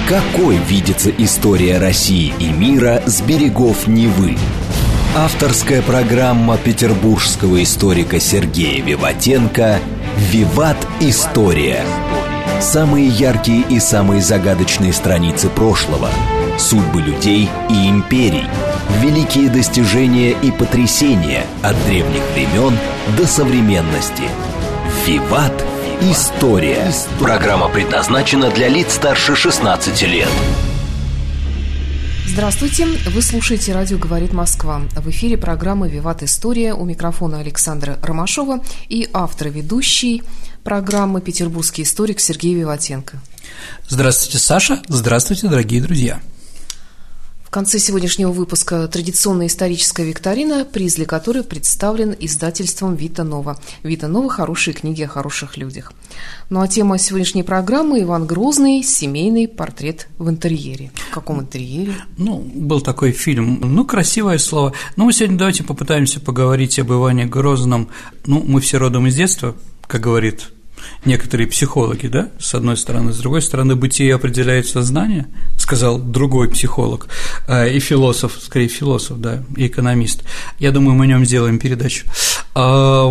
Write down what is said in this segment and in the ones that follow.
Какой видится история России и мира с берегов Невы? Авторская программа петербургского историка Сергея Виватенко «Виват. История». Самые яркие и самые загадочные страницы прошлого, судьбы людей и империй, великие достижения и потрясения от древних времен до современности. «Виват. История». Программа предназначена для лиц старше 16 лет. Здравствуйте, вы слушаете «Радио говорит Москва». В эфире программа «Виват. История». У микрофона Александра Ромашова и автор и ведущий программы петербургский историк Сергей Виватенко. Здравствуйте, Саша. Здравствуйте, дорогие друзья. В конце сегодняшнего выпуска традиционная историческая викторина, приз для которой представлен издательством «Вита Нова». «Вита Нова» – хорошие книги о хороших людях. Ну а тема сегодняшней программы – Иван Грозный, семейный портрет в интерьере. В каком интерьере? Был такой фильм, красивое слово. Мы сегодня давайте попытаемся поговорить об Иване Грозном. Мы все родом из детства, как говорит некоторые психологи, да, с одной стороны, с другой стороны, бытие определяет сознание, сказал другой психолог, и философ, скорее философ, да, и экономист. Я думаю, мы о нем сделаем передачу. А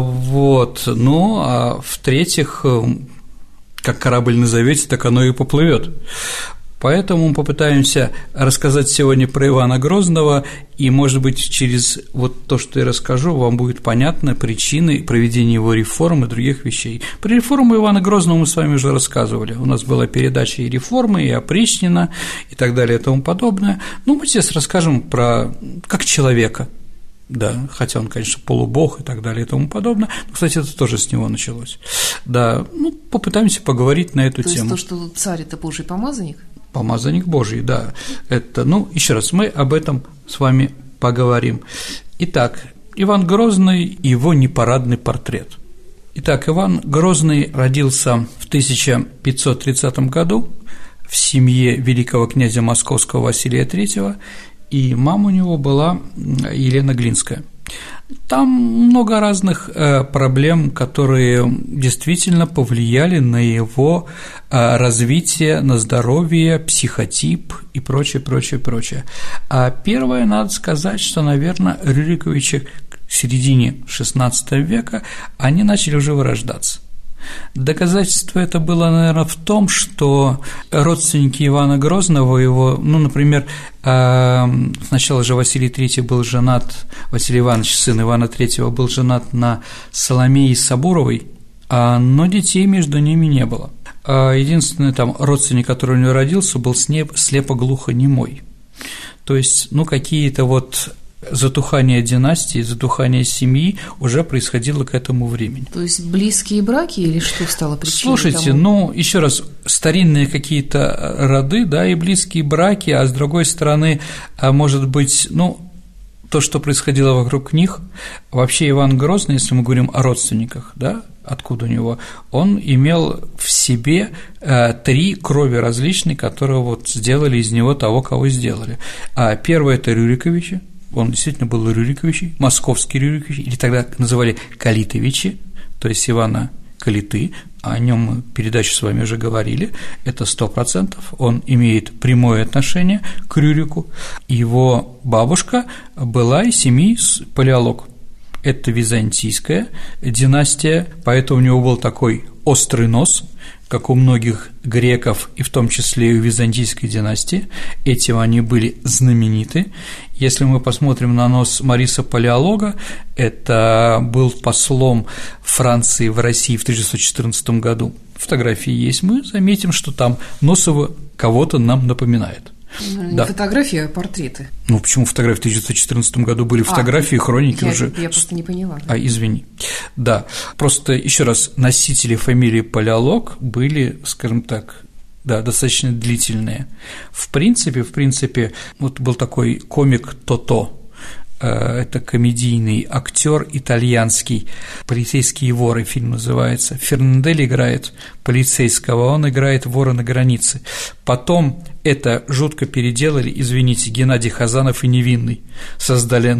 в-третьих, как корабль назовете, так оно и поплывет. Поэтому мы попытаемся рассказать сегодня про Ивана Грозного, и, может быть, через вот то, что я расскажу, вам будет понятно причины проведения его реформ и других вещей. Про реформу Ивана Грозного мы с вами уже рассказывали. У нас была передача и реформы, и опричнина, и так далее, и тому подобное. Мы сейчас расскажем про как человека. Да, хотя он, конечно, полубог и так далее и тому подобное. Но, кстати, это тоже с него началось. Да, попытаемся поговорить на эту тему. То есть то, что царь – это Божий помазанник? Помазанник Божий, да. Это, еще раз, мы об этом с вами поговорим. Итак, Иван Грозный и его непарадный портрет. Итак, Иван Грозный родился в 1530 году в семье великого князя московского Василия III, и мама у него была Елена Глинская. Там много разных проблем, которые действительно повлияли на его развитие, на здоровье, психотип и прочее. А первое, надо сказать, что, наверное, Рюриковичи в середине XVI века, они начали уже вырождаться. Доказательство это было, наверное, в том, что родственники Ивана Грозного, его, например, сначала же Василий III был женат, Василий Иванович, сын Ивана III, был женат на Соломее Сабуровой, но детей между ними не было. Единственный родственник, который у него родился, был слепо-глухонемой. То есть, какие-то затухание династии, затухание семьи уже происходило к этому времени. То есть близкие браки или что стало причиной? Слушайте, еще раз, старинные какие-то роды, да, и близкие браки, а с другой стороны, может быть, то, что происходило вокруг них, вообще Иван Грозный, если мы говорим о родственниках, да, откуда у него, он имел в себе 3 крови различные, которые сделали из него того, кого сделали. Первое – это Рюриковичи. Он действительно был Рюриковичи, московский Рюриковичи, или тогда называли Калитовичи, то есть Ивана Калиты, о нем мы передачу с вами уже говорили, это 100%, он имеет прямое отношение к Рюрику. Его бабушка была из семьи Палеолог, это византийская династия, поэтому у него был такой острый нос, как у многих греков, и в том числе и у византийской династии, этим они были знамениты. Если мы посмотрим на нос Мариса Палеолога, это был послом Франции в России в 1914 году. Фотографии есть, мы заметим, что там нос его кого-то нам напоминает. Не фотографии, а портреты. Почему фотографии? В 1914 году были фотографии, хроники уже. Я просто не поняла. Извини. Да, просто еще раз, носители фамилии Палеолог были, скажем так, достаточно длительные. В принципе, был такой комик Тото. Это комедийный актер итальянский, полицейские воры, фильм называется. Фернанделли играет полицейского, он играет вора на границе. Потом это жутко переделали, извините, Геннадий Хазанов и Невинный создали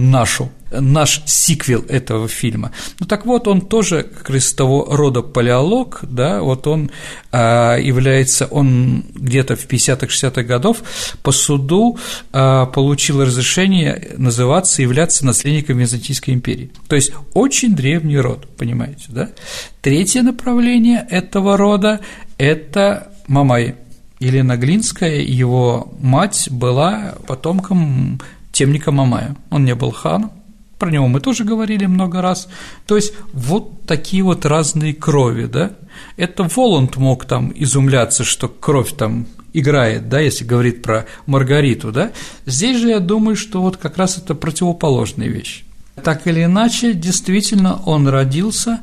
наш сиквел этого фильма. Ну так вот, он тоже как раз из того рода палеолог, да, вот он является, он где-то в 50-х, 60-х годов по суду получил разрешение являться наследником Византийской империи. То есть очень древний род, понимаете, да? Третье направление этого рода – это Мамай. Елена Глинская, его мать, была потомком темника Мамая. Он не был ханом, про него мы тоже говорили много раз. То есть вот такие вот разные крови, да. Это Воланд мог там изумляться, что кровь там играет, да, если говорит про Маргариту, да. Здесь же я думаю, что вот как раз это противоположная вещь. Так или иначе, действительно, он родился,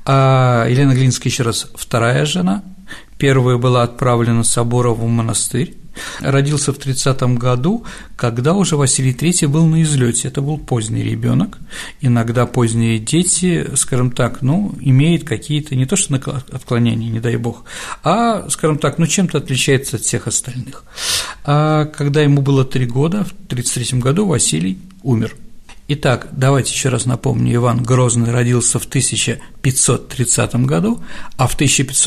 а Елена Глинская, еще раз, вторая жена. Первая была отправлена Соборову в монастырь, родился в 30-м году, когда уже Василий III был на излете. Это был поздний ребенок. Иногда поздние дети, скажем так, имеют какие-то не то что отклонения, не дай бог, а, скажем так, чем-то отличается от всех остальных. А когда ему было 3 года, в 33-м году Василий умер. Итак, давайте еще раз напомню, Иван Грозный родился в 1530 году, а в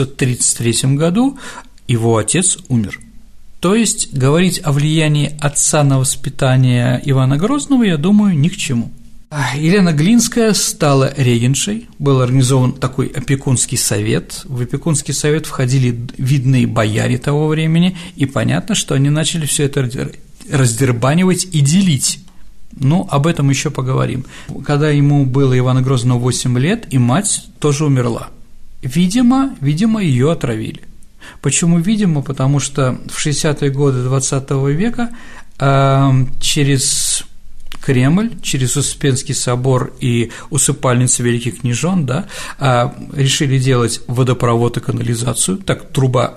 1533 году его отец умер. То есть говорить о влиянии отца на воспитание Ивана Грозного, я думаю, ни к чему. Елена Глинская стала регеншей, был организован такой опекунский совет. В опекунский совет входили видные бояре того времени, и понятно, что они начали все это раздербанивать и делить. Об этом еще поговорим. Когда ему было Ивана Грозного 8 лет, и мать тоже умерла. Видимо, ее отравили. Почему видимо? Потому что в 60-е годы XX века через Кремль, через Успенский собор и усыпальницы великих княжон, да, решили делать водопровод и канализацию, так труба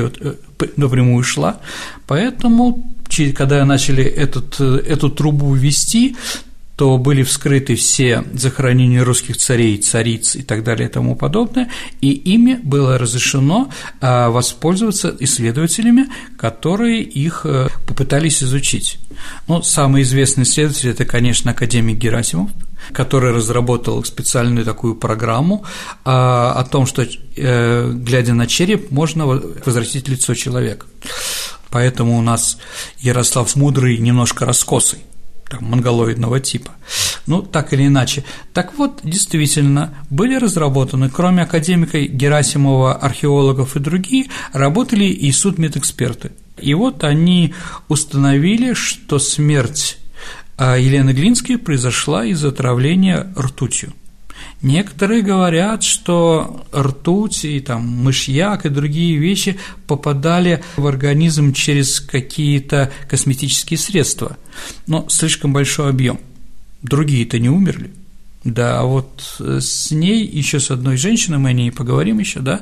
напрямую шла, поэтому когда начали эту трубу вести, то были вскрыты все захоронения русских царей, цариц и так далее и тому подобное, и ими было разрешено воспользоваться исследователями, которые их попытались изучить. Самый известный исследователь – это, конечно, академик Герасимов, который разработал специальную такую программу о том, что, глядя на череп, можно возвратить лицо человека. Поэтому у нас Ярослав Мудрый немножко раскосый, монголоидного типа. Так или иначе. Так вот, действительно, были разработаны, кроме академика Герасимова, археологов и другие, работали и судмедэксперты. И вот они установили, что смерть Елены Глинской произошла из-за отравления ртутью. Некоторые говорят, что ртуть и мышьяк и другие вещи попадали в организм через какие-то косметические средства, но слишком большой объем. Другие-то не умерли. Да, вот с ней, еще с одной женщиной, мы о ней поговорим еще, да,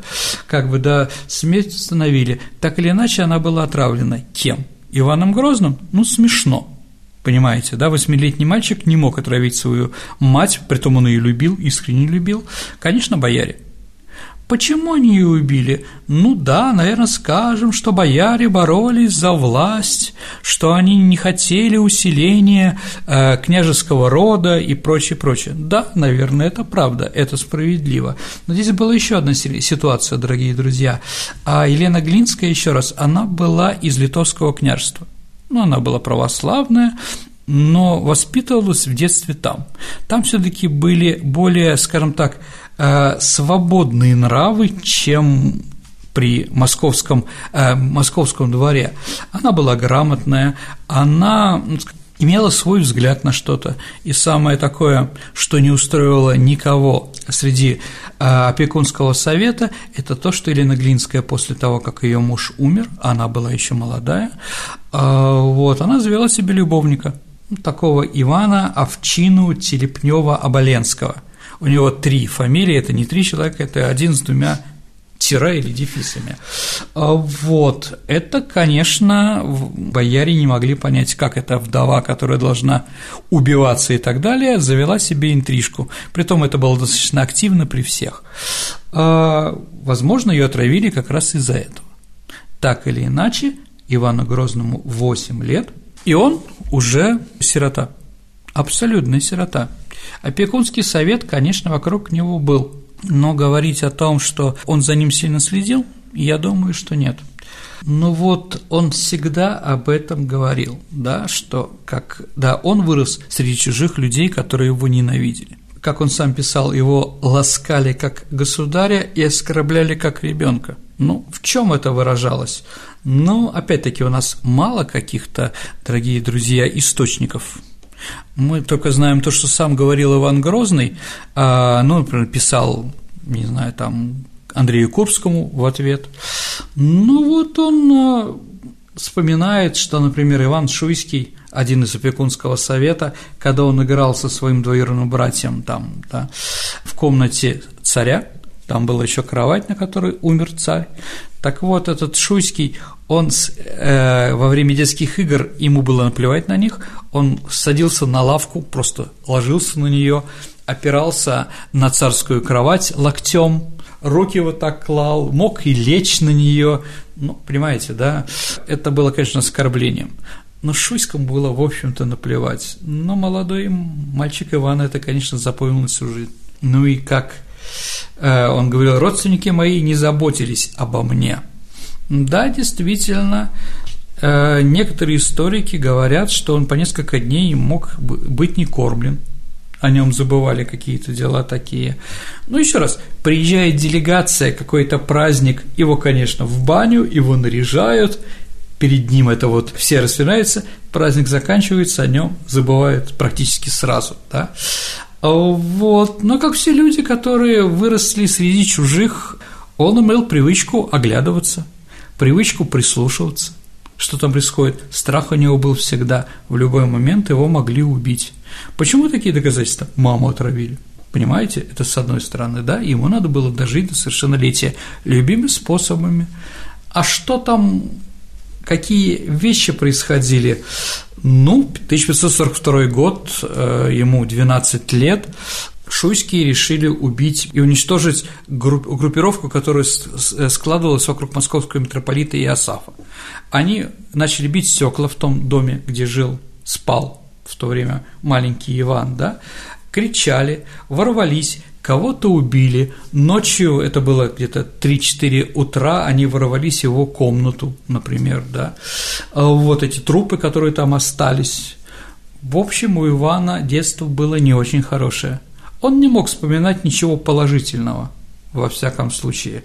смерть установили. Так или иначе, она была отравлена кем? Иваном Грозным? Смешно. Понимаете, да, 8-летний мальчик не мог отравить свою мать, притом он ее любил, искренне любил, конечно, бояре. Почему они ее убили? Наверное, скажем, что бояре боролись за власть, что они не хотели усиления княжеского рода и прочее, прочее. Да, наверное, это правда, это справедливо. Но здесь была еще одна ситуация, дорогие друзья. Елена Глинская, еще раз, она была из Литовского княжества. Она была православная, но воспитывалась в детстве там. Там все-таки были более, скажем так, свободные нравы, чем при московском дворе. Она была грамотная, она имела свой взгляд на что-то, и самое такое, что не устроило никого среди опекунского совета, это то, что Елена Глинская после того, как ее муж умер, она была еще молодая, она завела себе любовника, такого Ивана Овчину Телепнева-Оболенского. У него 3 фамилии, это не 3 человека, это один с 2 тире или дефисами. Вот, это, конечно, бояре не могли понять, как эта вдова, которая должна убиваться и так далее, завела себе интрижку. Притом это было достаточно активно при всех. Возможно, ее отравили как раз из-за этого. Так или иначе, Ивану Грозному 8 лет, и он уже сирота, абсолютная сирота. Опекунский совет, конечно, вокруг него был, но говорить о том, что он за ним сильно следил, я думаю, что нет. Ну вот он всегда об этом говорил, да, что он вырос среди чужих людей, которые его ненавидели. Как он сам писал, его ласкали как государя и оскорбляли как ребенка. Ну, в чем это выражалось? Ну, опять-таки, у нас мало каких-то, дорогие друзья, источников. Мы только знаем то, что сам говорил Иван Грозный, например, писал, не знаю, там, Андрею Курбскому в ответ. Ну, вот он вспоминает, что, например, Иван Шуйский, один из опекунского совета, когда он играл со своим двоюродным братьем там, да, в комнате царя, там была еще кровать, на которой умер царь. Так вот, этот Шуйский, он во время детских игр, ему было наплевать на них, он садился на лавку, просто ложился на нее, опирался на царскую кровать локтем, руки вот так клал, мог и лечь на нее. Ну, понимаете, да, это было, конечно, оскорблением. Но Шуйскому было, в общем-то, наплевать. Но молодой мальчик Иван это, конечно, запомнил всю жизнь. Ну и как он говорил, родственники мои не заботились обо мне. Да, действительно, некоторые историки говорят, что он по несколько дней мог быть не кормлен, о нем забывали какие-то дела такие. Ну, еще раз, приезжает делегация, какой-то праздник, его, конечно, в баню, его наряжают, перед ним это вот все распинаются, праздник заканчивается, о нем забывают практически сразу, да. Вот, но как все люди, которые выросли среди чужих, он имел привычку оглядываться, привычку прислушиваться, что там происходит. Страх у него был всегда, в любой момент его могли убить. Почему такие доказательства? Маму отравили. Понимаете, это с одной стороны, да, ему надо было дожить до совершеннолетия любыми способами. А что там, какие вещи происходили? Ну, 1542 год, ему 12 лет, Шуйские решили убить и уничтожить группировку, которая складывалась вокруг московского митрополита Иосафа. Они начали бить стекла в том доме, где спал в то время маленький Иван, да, кричали, ворвались, кого-то убили, ночью, это было где-то 3-4 утра, они ворвались в его комнату, например, да, вот эти трупы, которые там остались. В общем, у Ивана детство было не очень хорошее, он не мог вспоминать ничего положительного, во всяком случае.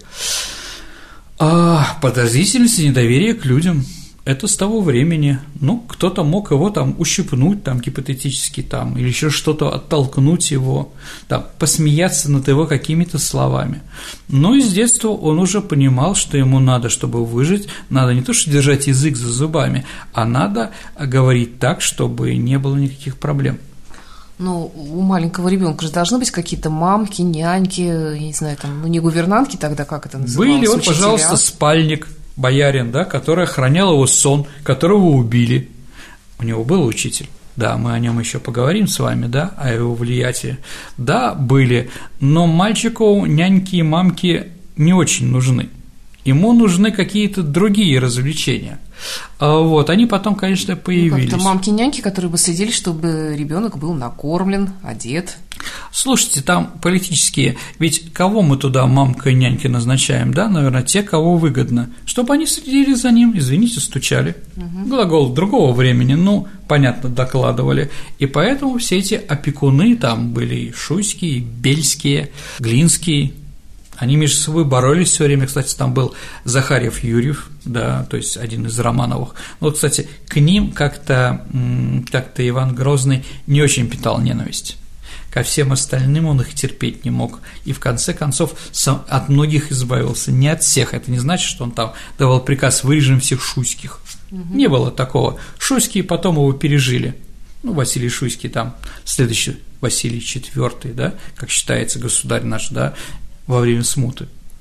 Подозрительность и недоверие к людям – это с того времени, ну, кто-то мог его там ущипнуть, там, гипотетически, там, или еще что-то, оттолкнуть его, там, посмеяться над его какими-то словами. Но из детства он уже понимал, что ему надо, чтобы выжить, надо не то что держать язык за зубами, а надо говорить так, чтобы не было никаких проблем. Ну, у маленького ребенка же должны быть какие-то мамки, няньки, я не знаю, там, ну, не гувернантки тогда, как это называлось? Были, вот, пожалуйста, спальник, боярин, да, который охранял его сон, которого убили. У него был учитель, да, мы о нем еще поговорим с вами, да, о его влиянии. Да, были, но мальчику няньки и мамки не очень нужны. Ему нужны какие-то другие развлечения. Вот, они потом, конечно, появились. Как-то мамки-няньки, которые бы следили, чтобы ребенок был накормлен, одет. Слушайте, там политические, ведь кого мы туда мамкой и няньки назначаем, да, наверное, те, кого выгодно, чтобы они следили за ним, извините, стучали. Глагол другого времени, ну, понятно, докладывали, и поэтому все эти опекуны там были и Шуйские, и Бельские, Глинские. Они между собой боролись все время, кстати, там был Захарьев Юрьев, да, то есть один из Романовых. Вот, кстати, к ним как-то Иван Грозный не очень питал ненависть. Ко всем остальным он их терпеть не мог, и в конце концов от многих избавился, не от всех. Это не значит, что он там давал приказ: вырежем всех Шуйских. Не было такого. Шуйские потом его пережили. Ну, Василий Шуйский там, следующий Василий IV, да, как считается государь наш, да, во время смуты.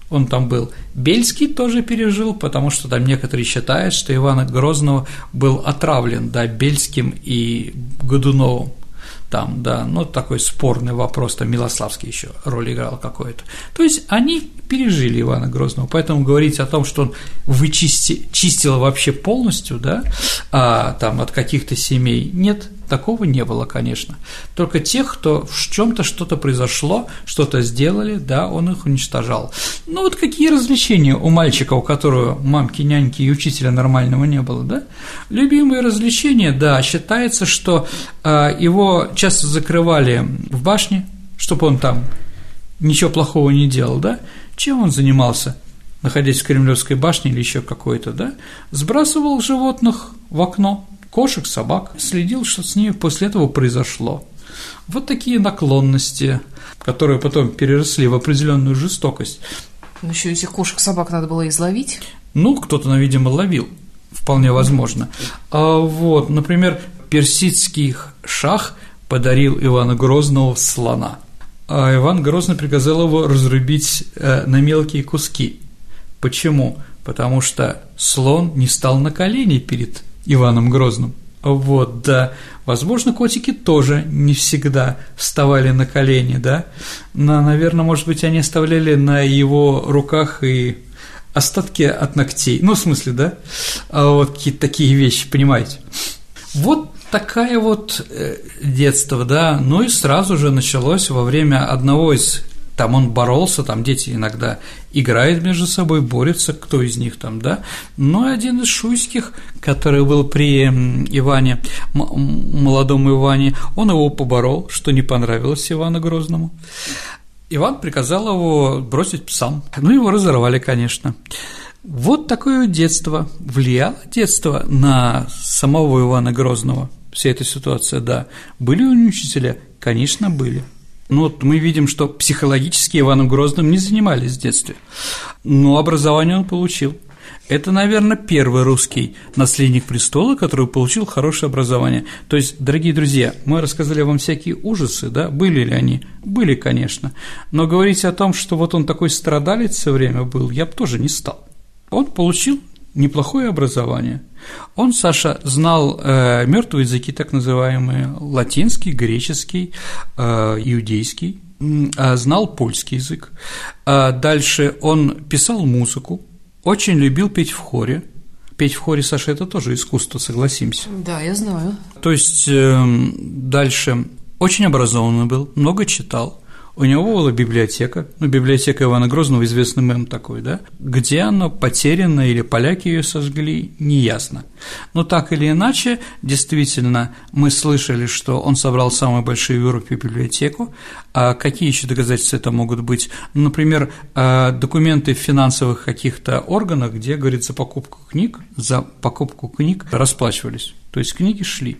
Он там был. Бельский тоже пережил, потому что там некоторые считают, что Ивана Грозного был отравлен, да, Бельским и Годуновым. Там, да, ну, такой спорный вопрос, там Милославский еще роль играл какой-то. То есть они пережили Ивана Грозного, поэтому говорить о том, что он чистил вообще полностью, да, там от каких-то семей, нет, такого не было, конечно. Только тех, кто в чем-то что-то произошло, что-то сделали, да, он их уничтожал. Ну, вот какие развлечения у мальчика, у которого мамки, няньки и учителя нормального не было, да? Любимые развлечения, да, считается, что его часто закрывали в башне, чтобы он там ничего плохого не делал, да? Чем он занимался, находясь в Кремлевской башне или еще какой-то, да? Сбрасывал животных в окно, кошек, собак, следил, что с ними после этого произошло. Вот такие наклонности, которые потом переросли в определенную жестокость. Но еще этих кошек, собак надо было изловить. Ну, кто-то, видимо, ловил, вполне возможно. Вот, например, персидский шах подарил Ивану Грозному слона, а Иван Грозный приказал его разрубить на мелкие куски. Почему? Потому что слон не стал на колени перед Иваном Грозным. Вот, да. Возможно, котики тоже не всегда вставали на колени, да. Но, наверное, может быть, они оставляли на его руках и остатки от ногтей. Ну, в смысле, да. Вот какие-то такие вещи, понимаете. Вот такая вот детство, да. Ну и сразу же началось во время одного из. Там он боролся, там дети иногда играют между собой, борются, кто из них там, да. Но один из шуйских, который был при Иване, молодом Иване, он его поборол, что не понравилось Ивану Грозному. Иван приказал его бросить псам. Ну, его разорвали, конечно. Вот такое детство. Влияло детство на самого Ивана Грозного, вся эта ситуация, да. Были у него учителя? Конечно, были. Ну, вот мы видим, что психологически Иваном Грозным не занимались в детстве, но образование он получил. Это, наверное, первый русский наследник престола, который получил хорошее образование. То есть, дорогие друзья, мы рассказали вам всякие ужасы, да, были ли они? Были, конечно, но говорить о том, что вот он такой страдалец все время был, я бы тоже не стал. Он получил неплохое образование. Он, Саша, знал мертвые языки, так называемые, латинский, греческий, иудейский, знал польский язык. Дальше он писал музыку, очень любил петь в хоре. Петь в хоре, Саша, это тоже искусство, согласимся. Да, я знаю. То есть дальше очень образованный был, много читал. У него была библиотека, ну, библиотека Ивана Грозного, известный мем такой, да, где она потеряна или поляки ее сожгли, неясно. Но так или иначе, действительно, мы слышали, что он собрал самую большую в Европе библиотеку. А какие еще доказательства это могут быть? Например, документы в финансовых каких-то органах, где, говорит, за покупку книг расплачивались. То есть книги шли,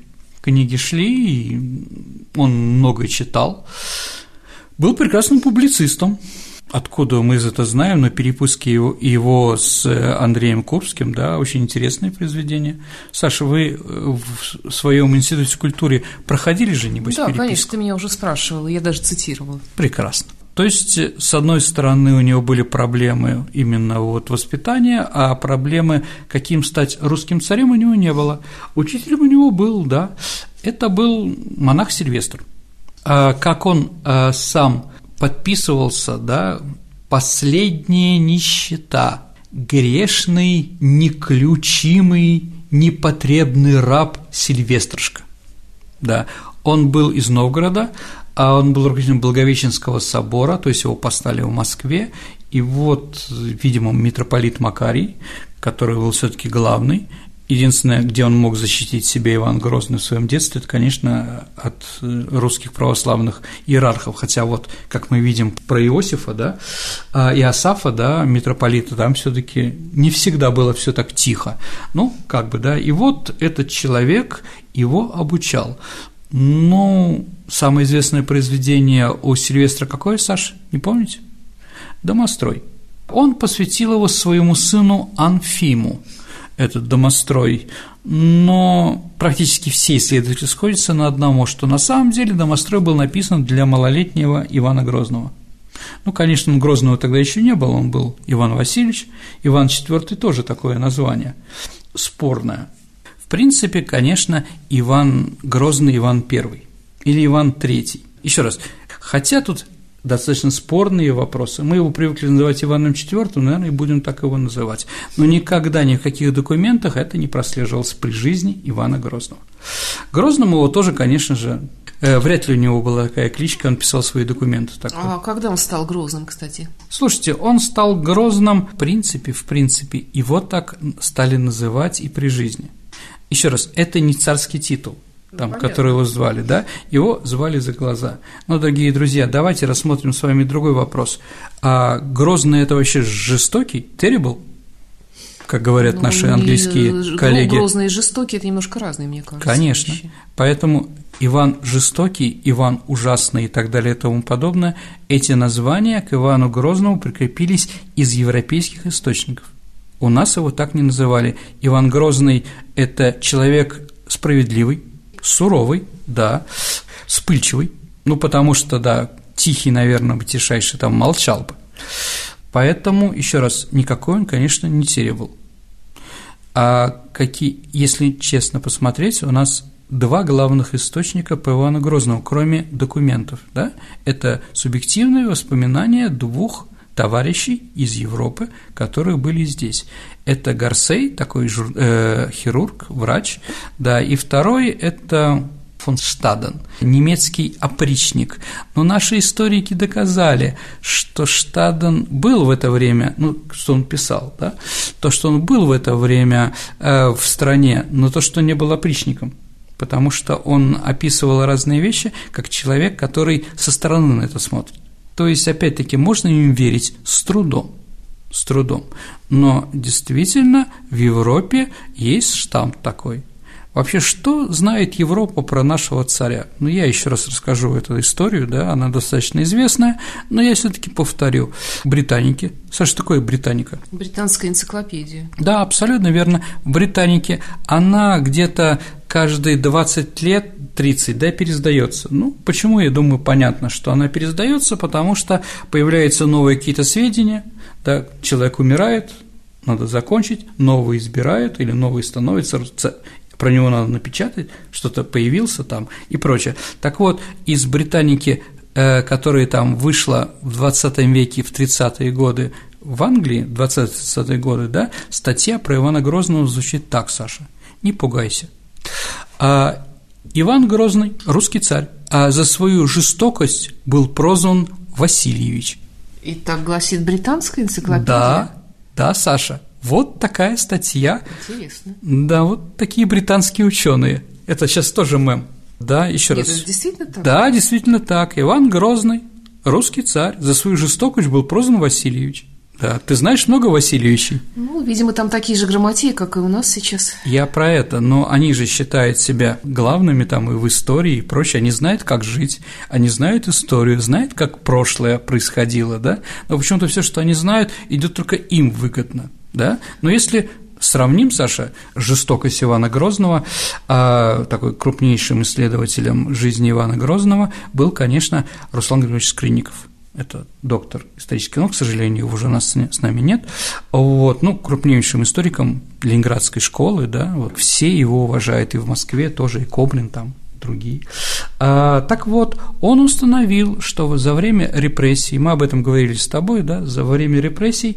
и он много читал. Был прекрасным публицистом. Откуда мы это знаем, но переписки его с Андреем Курбским, да, очень интересное произведение. Саша, вы в своем институте культуры проходили же, небось, переписку? Да, конечно, ты меня уже спрашивала, я даже цитировала. Прекрасно. То есть, с одной стороны, у него были проблемы именно вот воспитания, а проблемы, каким стать русским царем, у него не было. Учителем у него был, да, это был монах Сильвестр. Как он сам подписывался, да, «последняя нищета, грешный, неключимый, непотребный раб Сильвеструшка». Да, он был из Новгорода, он был руководителем Благовещенского собора, то есть его поставили в Москве, и вот, видимо, митрополит Макарий, который был все-таки главный. Единственное, где он мог защитить себя, Иван Грозный, в своем детстве, это, конечно, от русских православных иерархов, хотя вот, как мы видим про Иосифа, да, Иосафа, да, митрополита, там все-таки не всегда было все так тихо, ну, как бы, да, и вот этот человек его обучал. Ну, самое известное произведение у Сильвестра какое, Саш, не помните? «Домострой». Он посвятил его своему сыну Анфиму, этот домострой, но практически все исследователи сходятся на одном, что на самом деле домострой был написан для малолетнего Ивана Грозного. Ну, конечно, Грозного тогда еще не было, он был Иван Васильевич, Иван IV тоже такое название, спорное. В принципе, конечно, Иван Грозный, Иван I или Иван III. Еще раз, хотя тут достаточно спорные вопросы, мы его привыкли называть Иваном IV, наверное, и будем так его называть, но никогда ни в каких документах это не прослеживалось при жизни Ивана Грозного. Грозному его тоже, конечно же, вряд ли у него была такая кличка, он писал свои документы. А когда он стал Грозным, кстати? Слушайте, он стал Грозным, в принципе, его так стали называть и при жизни. Еще раз, это не царский титул, там, который его звали, да, его звали за глаза. Но, дорогие друзья, давайте рассмотрим с вами другой вопрос. А Грозный – это вообще жестокий, terrible, как говорят наши английские коллеги? Грозный и жестокий – это немножко разные, мне кажется. Конечно, вещи. Поэтому Иван жестокий, Иван ужасный и так далее и тому подобное, эти названия к Ивану Грозному прикрепились из европейских источников. У нас его так не называли. Иван Грозный – это человек справедливый, суровый, да, вспыльчивый, ну, потому что, да, тихий, наверное, бы тишайший там молчал бы. Поэтому, еще раз, никакой он, конечно, не terrible. А если честно посмотреть, у нас два главных источника по Ивану Грозному, кроме документов, да, это субъективные воспоминания двух товарищей из Европы, которые были здесь. Это Гарсей, такой хирург, врач, да, и второй – это фон Штаден, немецкий опричник. Но наши историки доказали, что Штаден был в это время, ну, что он писал, да, то, что он был в это время в стране, но то, что не был опричником, потому что он описывал разные вещи как человек, который со стороны на это смотрит. То есть, опять-таки, можно им верить с трудом, но действительно в Европе есть штамп такой. Вообще, что знает Европа про нашего царя? Ну, я еще раз расскажу эту историю, да, она достаточно известная, но я все-таки повторю. Британики. Саша, что такое британика? Британская энциклопедия. Да, абсолютно верно. В Британике она где-то каждые 20 лет, 30, да, пересдается. Ну, почему, я думаю, понятно, что она пересдается, потому что появляются новые какие-то сведения, да, человек умирает, надо закончить, новый избирают или новый становится, про него надо напечатать, что-то появился там и прочее. Так вот, из Британики, которая там вышла в 20 веке, в 30-е годы в Англии, 20-е годы, да, статья про Ивана Грозного звучит так, Саша, не пугайся. Иван Грозный, русский царь, а за свою жестокость был прозван Васильевич. И так гласит британская энциклопедия? Да, Саша. Вот такая статья. Интересно. Да, вот такие британские ученые. Это сейчас тоже мем. Да, еще раз. Это действительно так? Да, действительно так. Иван Грозный, русский царь, за свою жестокость был прозван Васильевич. Да, ты знаешь много Васильевичей? Ну, видимо, там такие же грамотеи, как и у нас сейчас. Я про это, но они же считают себя главными там и в истории и прочее, они знают, как жить, они знают историю, знают, как прошлое происходило, да, но почему-то все, что они знают, идет только им выгодно, да, но если сравним, Саша, жестокость Ивана Грозного, такой крупнейшим исследователем жизни Ивана Грозного был, конечно, Руслан Григорьевич Скрынников. Это доктор исторических наук, к сожалению, его уже у нас с нами нет, вот, ну, крупнейшим историком Ленинградской школы, да, вот, все его уважают и в Москве тоже, и Коблин там, другие. Так вот, он установил, что за время репрессий, мы об этом говорили с тобой, да, за время репрессий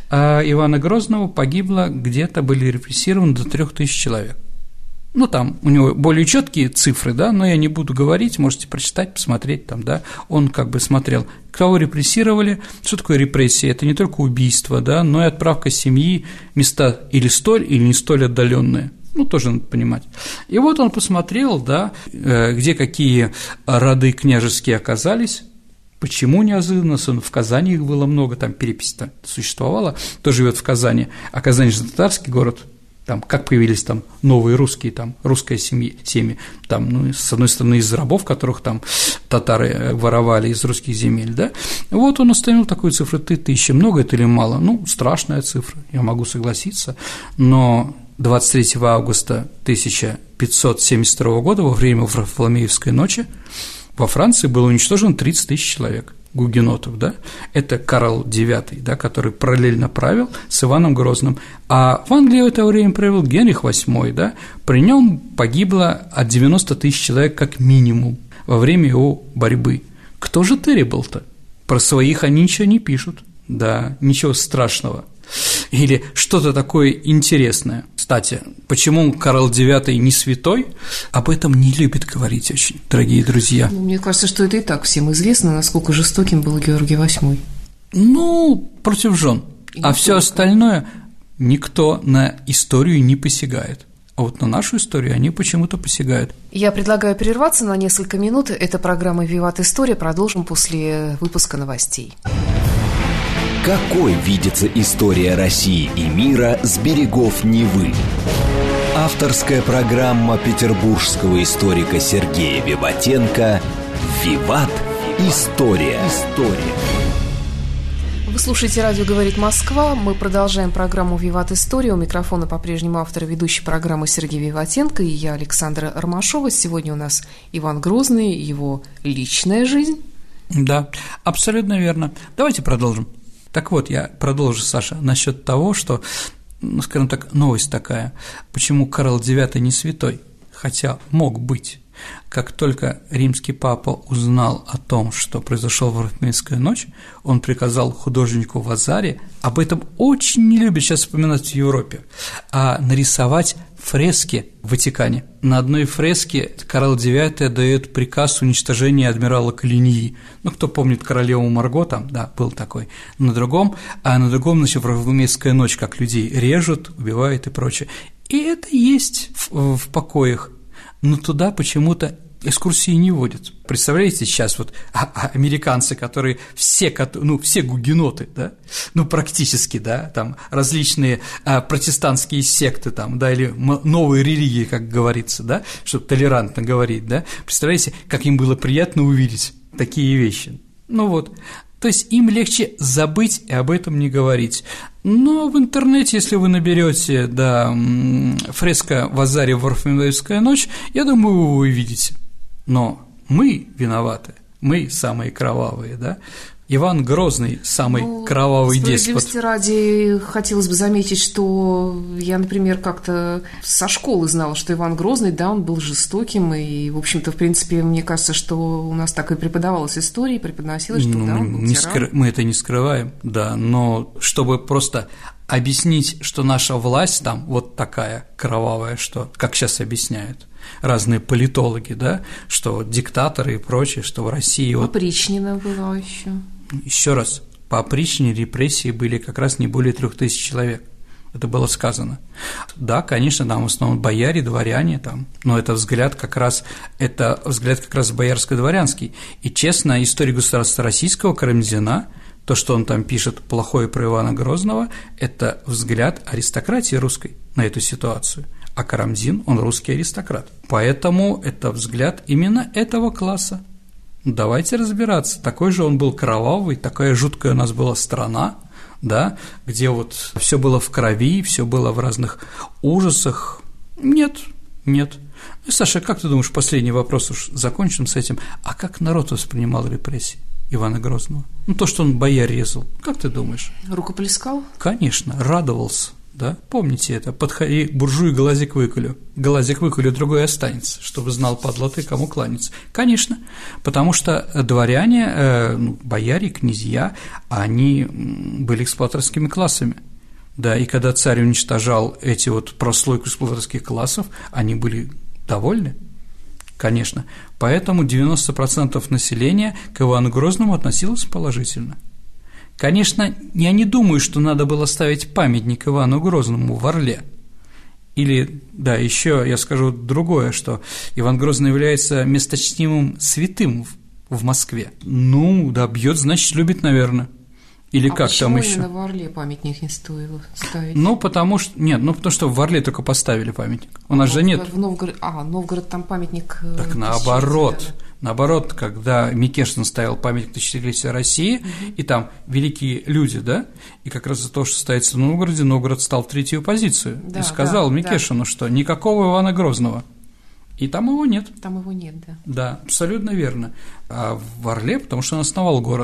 Ивана Грозного погибло, где-то были репрессированы до 3000 человек. Ну, там у него более четкие цифры, да, но я не буду говорить, можете прочитать, посмотреть там, да, он как бы смотрел, кого репрессировали, что такое репрессия, это не только убийство, да, но и отправка семьи, места или столь, или не столь отдаленные, ну, тоже надо понимать. И вот он посмотрел, да, где какие роды княжеские оказались, почему неожиданно, в Казани их было много, там перепись-то существовала, кто живет в Казани, а Казань же татарский город. Там, как появились там новые русские, там, русская семьи, там, ну, с одной стороны, из рабов, которых там татары воровали из русских земель, да, вот он установил такую цифру, 3000, много это или мало, ну, страшная цифра, я могу согласиться, но 23 августа 1572 года, во время Варфоломеевской ночи, во Франции было уничтожено 30 000 человек. гугенотов, да, это Карл IX, да, который параллельно правил с Иваном Грозным, а в Англии в это время правил Генрих VIII, да, при нем погибло от 90 тысяч человек как минимум во время его борьбы. Кто же Террибл-то? Про своих они ничего не пишут, да, ничего страшного. Или что-то такое интересное. Кстати, почему Карл IX не святой, об этом не любят говорить очень, дорогие друзья. Мне кажется, что это и так всем известно, насколько жестоким был Георгий VIII. Ну, против жен. А все остальное никто на историю не посягает. А вот на нашу историю они почему-то посягают. Я предлагаю прерваться на несколько минут. Это программа «Виват История». Продолжим после выпуска новостей. Какой видится история России и мира с берегов Невы? Авторская программа петербургского историка Сергея Виватенко «Виват. История». Вы слушаете «Радио говорит Москва». Мы продолжаем программу «Виват История». У микрофона по-прежнему автор и ведущий программы Сергей Виватенко и я, Александра Ромашова. Сегодня у нас Иван Грозный, его личная жизнь. Да, абсолютно верно. Давайте продолжим. Так вот, я продолжу, Саша, насчет того, что, ну, скажем так, новость такая, почему Карл IX не святой, хотя мог быть. Как только римский папа узнал о том, что произошла Варфоломеевская ночь, он приказал художнику Вазари, об этом очень не любят сейчас вспоминать в Европе, нарисовать фрески в Ватикане. На одной фреске Карл IX дает приказ уничтожения адмирала Калиньи. Ну, кто помнит королеву Марго, там, да, был такой. На другом, значит, Варфоломеевская ночь, как людей режут, убивают и прочее. И это есть в покоях. Но туда почему-то экскурсии не водят. Представляете, сейчас вот американцы, которые все гугеноты, да, ну, практически, да, там различные протестантские секты, там, да, или новые религии, как говорится, да, чтобы толерантно говорить, да, представляете, как им было приятно увидеть такие вещи. Ну вот. То есть им легче забыть и об этом не говорить. Но в интернете, если вы наберете, да, фреска Вазари «Варфоломеевская ночь», я думаю, вы увидите. Но мы виноваты, мы самые кровавые, да. Иван Грозный – самый кровавый деспот. Справедливости ради, хотелось бы заметить, что я, например, как-то со школы знала, что Иван Грозный, да, он был жестоким, и, в общем-то, в принципе, мне кажется, что у нас так и преподавалась история, преподносилась, что, да, он был тиран. Мы это не скрываем, да, но чтобы просто объяснить, что наша власть там вот такая кровавая, что, как сейчас объясняют разные политологи, да, что диктаторы и прочее, что в России… Опричнина была еще. Еще раз, по опричнине репрессии были как раз не более 3000 человек. Это было сказано. Да, конечно, там в основном бояре, дворяне, там, но это взгляд как раз боярско-дворянский. И честно, история государства российского Карамзина, то, что он там пишет плохое про Ивана Грозного, это взгляд аристократии русской на эту ситуацию. А Карамзин, он русский аристократ. Поэтому это взгляд именно этого класса. Давайте разбираться. Такой же он был кровавый, такая жуткая у нас была страна, да, где вот все было в крови, все было в разных ужасах. Нет. Саша, как ты думаешь, последний вопрос уж закончим с этим, а как народ воспринимал репрессии Ивана Грозного? Ну, то, что он бояр резал, как ты думаешь? Рукоплескал? Конечно, радовался. Да? Помните это, подходи, буржуй, глазик выколю, другой останется, чтобы знал, падла ты, кому кланяться. Конечно, потому что дворяне, бояре, князья, они были эксплуататорскими классами, да, и когда царь уничтожал эти вот прослойку эксплуататорских классов, они были довольны, конечно, поэтому 90% населения к Ивану Грозному относилось положительно. Конечно, я не думаю, что надо было ставить памятник Ивану Грозному в Орле. Или, да, еще я скажу другое, что Иван Грозный является месточтимым святым в Москве. Ну, да, бьет, значит, любит, наверное. Или как там еще? Почему именно в Орле памятник не стоило ставить? Потому что в Орле только поставили памятник. У нас же нет. Новгород там памятник. Так наоборот. Наоборот, когда Микешин ставил памятник тысячелетия России, и там великие люди, да, и как раз за то, что ставится в Новгороде, Новгород стал в третью позицию, и сказал Микешину, что никакого Ивана Грозного. И там его нет. Там его нет, да. Да, абсолютно верно. А в Орле, потому что он основал город.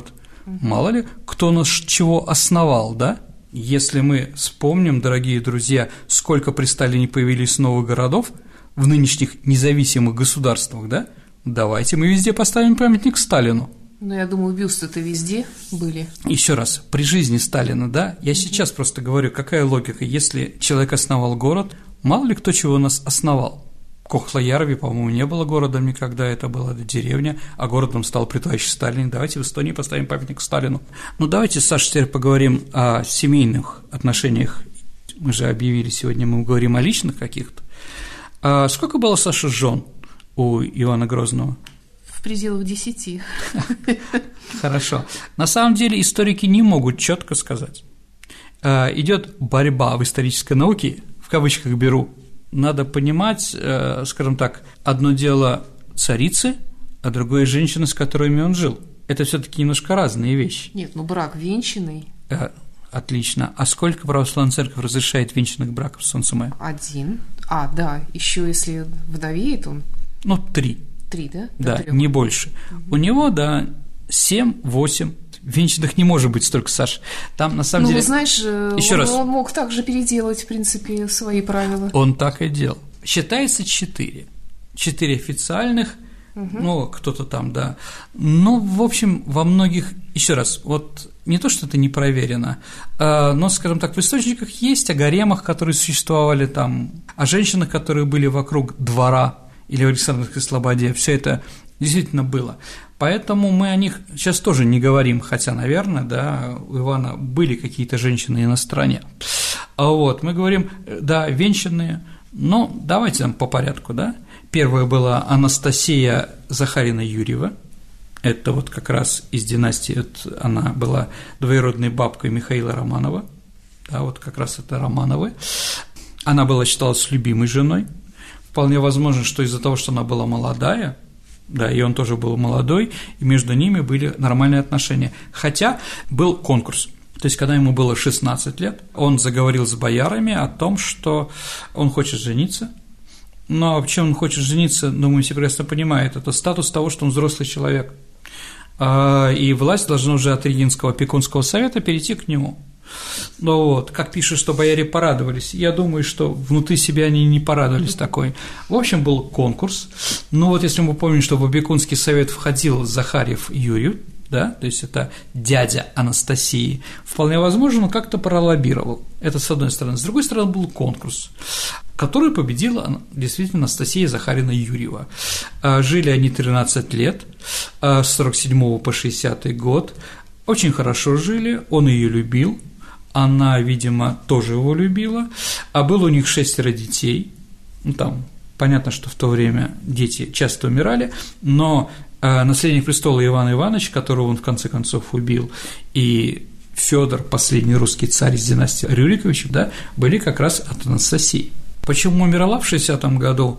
Мало ли, кто нас чего основал, да? Если мы вспомним, дорогие друзья, сколько при Сталине появились новых городов в нынешних независимых государствах, да? Давайте мы везде поставим памятник Сталину. Ну, я думаю, бюсты-то везде были. Еще раз, при жизни Сталина, да? Я сейчас просто говорю, какая логика, если человек основал город, мало ли кто чего нас основал. Кохла-Ярви, по-моему, не было городом никогда, это была деревня, а городом стал при товарище Сталине. Давайте в Эстонии поставим памятник Сталину. Ну, давайте, Саша, теперь поговорим о семейных отношениях. Мы же объявили сегодня, мы говорим о личных каких-то. А сколько было, Саша, жен у Ивана Грозного? В пределах 10. Хорошо. На самом деле историки не могут четко сказать. Идет борьба в исторической науке, в кавычках беру. Надо понимать, скажем так, одно дело царицы, а другое женщины, с которыми он жил. Это все-таки немножко разные вещи. Нет, ну брак венчанный. Отлично. А сколько православная церковь разрешает венчанных браков, солнце мое? 1. Да, еще если вдовеет он. 3. 3, да? Да, не больше. У него, 7-8. Венчанных не может быть столько, Саш. Там, на самом деле… Ну, знаешь, еще раз. Он мог также переделать, в принципе, свои правила. Он так и делал. Считается 4. 4 официальных, кто-то там, да. Но, в общем, во многих… Еще раз, вот не то, что это не проверено, но, скажем так, в источниках есть о гаремах, которые существовали там, о женщинах, которые были вокруг двора или в Александровской Слободе. Все это действительно было. Поэтому мы о них сейчас тоже не говорим, хотя, наверное, да, у Ивана были какие-то женщины и на стороне. Мы говорим, да, венчанные, но давайте там по порядку, да. Первая была Анастасия Захарина Юрьева, это вот как раз из династии, она была двоюродной бабкой Михаила Романова, да, вот как раз это Романовы. Она считалась любимой женой, вполне возможно, что из-за того, что она была молодая, да, и он тоже был молодой, и между ними были нормальные отношения. Хотя был конкурс. То есть, когда ему было 16 лет, он заговорил с боярами о том, что он хочет жениться. Но почему он хочет жениться, думаю, все прекрасно понимают, это статус того, что он взрослый человек. И власть должна уже от Регинского опекунского совета перейти к нему. Как пишут, что бояре порадовались, я думаю, что внутри себя они не порадовались такой. В общем, был конкурс, если мы помним, что в опекунский совет входил Захарьев Юрий, да, то есть это дядя Анастасии, вполне возможно, он как-то пролоббировал, это с одной стороны. С другой стороны, был конкурс, который победила действительно Анастасия Захарина Юрьева. Жили они 13 лет, с 47 по 60 год, очень хорошо жили, он ее любил, она, видимо, тоже его любила, а было у них 6 детей, понятно, что в то время дети часто умирали, но наследник престола Иван Иванович, которого он в конце концов убил, и Фёдор, последний русский царь из династии Рюриковичев, да, были как раз от Анастасии. Почему умерла в 60-м году?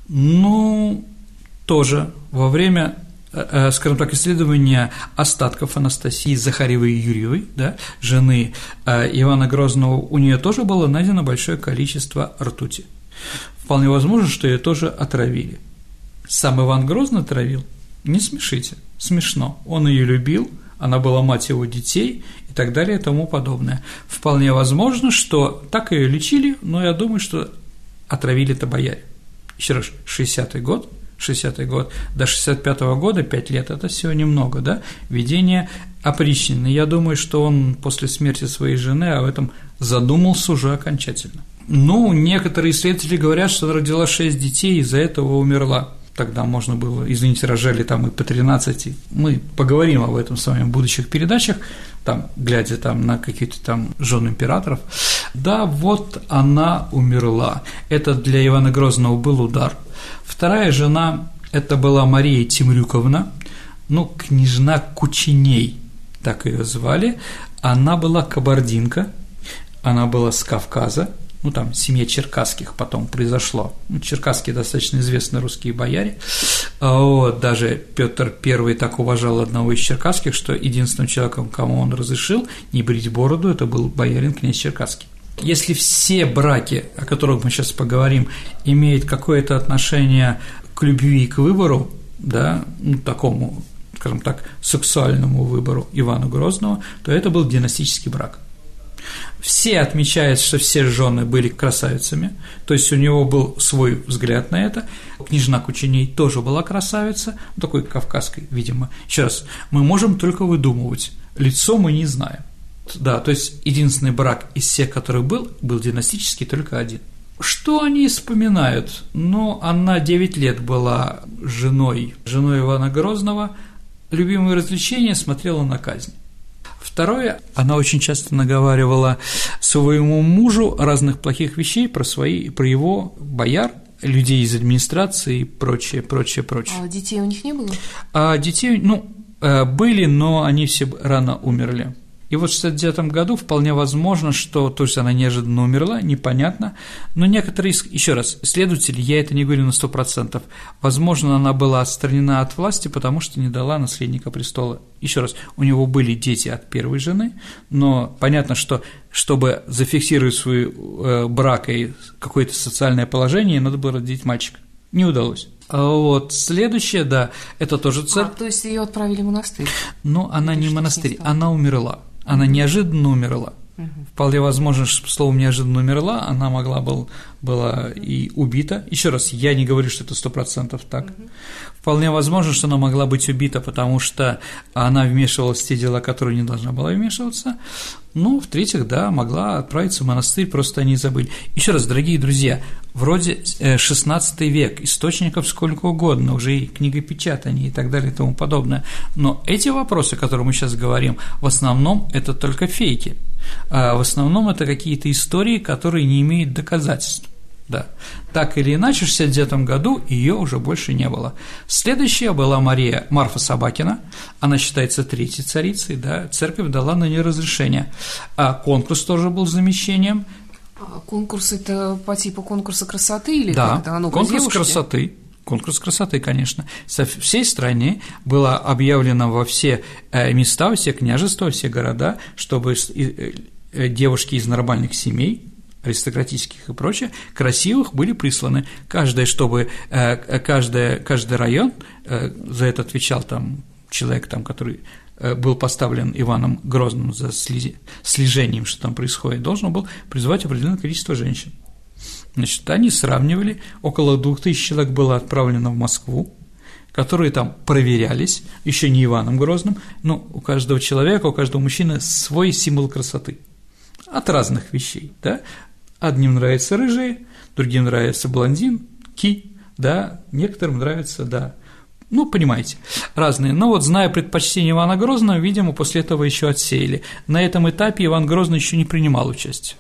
Тоже во время, скажем так, исследования остатков Анастасии Захарьевой Юрьевой, да, жены Ивана Грозного, у нее тоже было найдено большое количество ртути. Вполне возможно, что ее тоже отравили. Сам Иван Грозный отравил? Не смешите, смешно. Он ее любил, она была мать его детей и так далее и тому подобное. Вполне возможно, что так ее лечили, но я думаю, что отравили-то бояре. Еще раз, 60-й год до 65-го года 5 лет – это всего немного, да, ведение опричнины. Я думаю, что он после смерти своей жены об этом задумался уже окончательно. Некоторые исследователи говорят, что она родила 6 детей и из-за этого умерла. Тогда можно было, извините, рожали там и по 13. Мы поговорим об этом с вами в будущих передачах, глядя на какие-то жен императоров. Да, она умерла. Это для Ивана Грозного был удар. Вторая жена – это была Мария Темрюковна, княжна Кучиней, так ее звали. Она была кабардинка, она была с Кавказа. Семья Черкасских потом произошло. Черкасские достаточно известные русские бояре. Даже Петр I так уважал одного из черкасских, что единственным человеком, кому он разрешил не брить бороду, это был боярин князь Черкасский. Если все браки, о которых мы сейчас поговорим, имеют какое-то отношение к любви и к выбору, да, такому скажем так, сексуальному выбору Ивана Грозного, то это был династический брак. Все отмечают, что все жены были красавицами, то есть у него был свой взгляд на это. Княжна Кучиней тоже была красавица, такой кавказской, видимо. Еще раз, мы можем только выдумывать, лицо мы не знаем. Да, то есть единственный брак из всех, который был династический только один. Что они вспоминают? Ну, она 9 лет была женой Ивана Грозного, любимое развлечение — смотрела на казнь. Второе, она очень часто наговаривала своему мужу разных плохих вещей про его бояр, людей из администрации и прочее. А детей у них не было? Детей, были, но они все рано умерли. И вот в 1969 году вполне возможно, что, то есть она неожиданно умерла, непонятно, но некоторые, еще раз, следователи, я это не говорю на 100%, возможно, она была отстранена от власти, потому что не дала наследника престола. Еще раз, у него были дети от первой жены, но понятно, что чтобы зафиксировать свой брак и какое-то социальное положение, надо было родить мальчика. Не удалось. Вот, следующее, да, это тоже церковь. То есть ее отправили в монастырь? Но она не монастырь, она умерла. Она неожиданно умерла. Вполне возможно, что словом «неожиданно умерла» она была и убита. Еще раз, я не говорю, что это 100% так. Вполне возможно, что она могла быть убита, потому что она вмешивалась в те дела, которые не должна была вмешиваться. Ну, в-третьих, да, могла отправиться в монастырь, просто они забыли. Еще раз, дорогие друзья, вроде 16 век, источников сколько угодно, уже и книгопечатание и так далее и тому подобное. Но эти вопросы, о которых мы сейчас говорим, в основном это только фейки. В основном это какие-то истории, которые не имеют доказательств. Да. Так или иначе, в 1969 году ее уже больше не было. Следующая была Марфа Собакина, она считается третьей царицей, да, церковь дала на нее разрешение. А конкурс тоже был замещением. Конкурс – это по типу конкурса красоты или да, как-то? Конкурс красоты, конечно. Со всей стране было объявлено во все места, во все княжества, во все города, чтобы девушки из нормальных семей, аристократических и прочее, красивых, были присланы. Каждый район, за это отвечал там человек, там, который был поставлен Иваном Грозным за слежением, что там происходит, должен был призвать определенное количество женщин. Значит, они сравнивали, около 2000 человек было отправлено в Москву, которые там проверялись, еще не Иваном Грозным, но у каждого человека, у каждого мужчины свой символ красоты от разных вещей, да. Одним нравятся рыжие, другим нравится блондинки, да, некоторым нравится, да, понимаете, разные. Но вот, зная предпочтение Ивана Грозного, видимо, после этого еще отсеяли. На этом этапе Иван Грозный еще не принимал участие.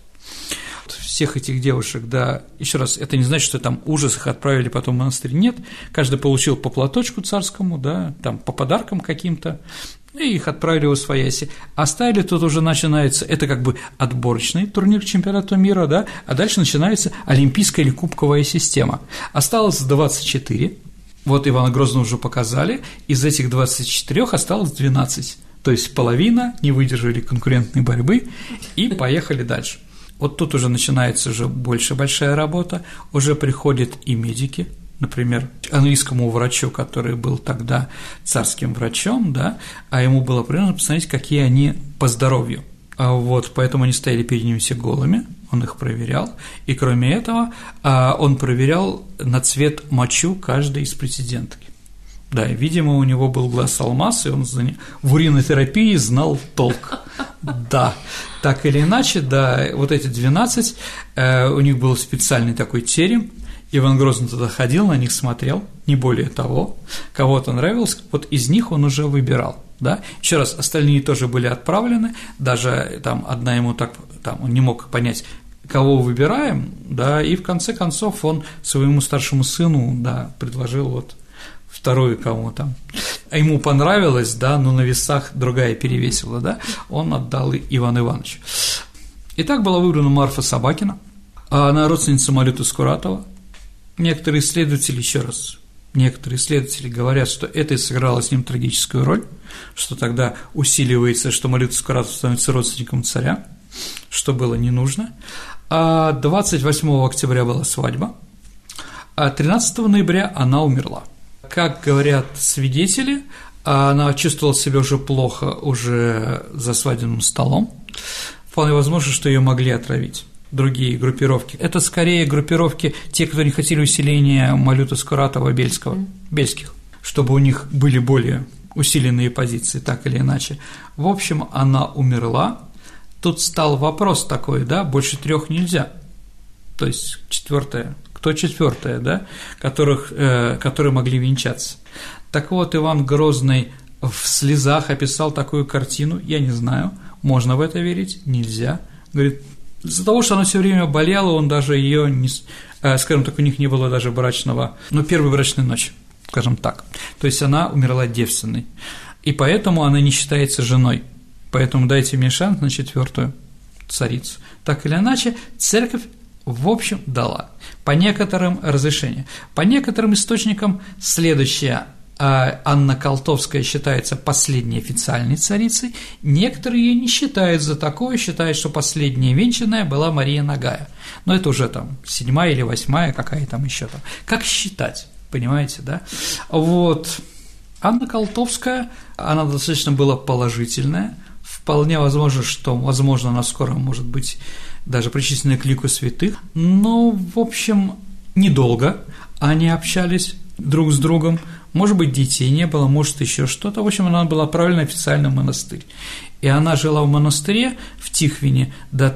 Всех этих девушек, да, еще раз, это не значит, что там ужас, их отправили потом в монастырь, нет, каждый получил по платочку царскому, да, там по подаркам каким-то, и их отправили в освояси. Оставили, тут уже начинается, это как бы отборочный турнир чемпионата мира, да, а дальше начинается олимпийская или кубковая система. Осталось 24, вот Ивана Грозного уже показали, из этих 24 осталось 12, то есть половина не выдержали конкурентной борьбы и поехали дальше. Вот тут уже начинается уже большая работа, уже приходят и медики, например, английскому врачу, который был тогда царским врачом, да, а ему было принято посмотреть, какие они по здоровью. Вот, поэтому они стояли перед ним все голыми, он их проверял, и кроме этого он проверял на цвет мочу каждой из претендентки. Да, видимо, у него был глаз алмаз, и он в уринотерапии знал толк. Да, так или иначе, да, вот эти 12, у них был специальный такой терем, Иван Грозный туда ходил, на них смотрел, не более того, кого-то нравилось, вот из них он уже выбирал, да. Еще раз, остальные тоже были отправлены, даже там одна ему так, там он не мог понять, кого выбираем, да, и в конце концов он своему старшему сыну, да, предложил вот вторую кому там, а ему понравилось, да, но на весах другая перевесила, да, он отдал Ивану Ивановичу. Итак, была выбрана Марфа Собакина, она родственница Малюты Скуратова. Некоторые исследователи говорят, что это и сыграло с ним трагическую роль, что тогда усиливается, что Малюта Скуратова становится родственником царя, что было не нужно. А 28 октября была свадьба, а 13 ноября она умерла. Как говорят свидетели, она чувствовала себя уже плохо уже за свадебным столом. Вполне возможно, что ее могли отравить другие группировки. Это скорее группировки, те, кто не хотели усиления Малюта, Скуратова, Бельских, чтобы у них были более усиленные позиции, так или иначе. В общем, она умерла. Тут стал вопрос такой, да, больше 3 нельзя. То есть 4-я. Кто 4-я, да, которые могли венчаться. Так вот, Иван Грозный в слезах описал такую картину, я не знаю, можно в это верить, нельзя. Говорит, из-за того, что она все время болела, он даже ее не, скажем так, у них не было даже брачного, первой брачной ночи, скажем так. То есть она умерла девственной, и поэтому она не считается женой. Поэтому дайте мне шанс на 4-ю царицу. Так или иначе, церковь в общем дала по некоторым разрешениям. По некоторым источникам следующее. Анна Колтовская считается последней официальной царицей, некоторые ее не считают за такое, считают, что последняя венчанная была Мария Нагая, но это уже там 7-я или 8-я, какая там еще там, как считать, понимаете, да, вот, Анна Колтовская, она достаточно была положительная, вполне возможно, что, возможно, она скоро может быть даже причислена к лику святых, но, в общем, недолго они общались друг с другом, может быть, детей не было, может, еще что-то. В общем, она была отправлена официально в монастырь. И она жила в монастыре в Тихвине до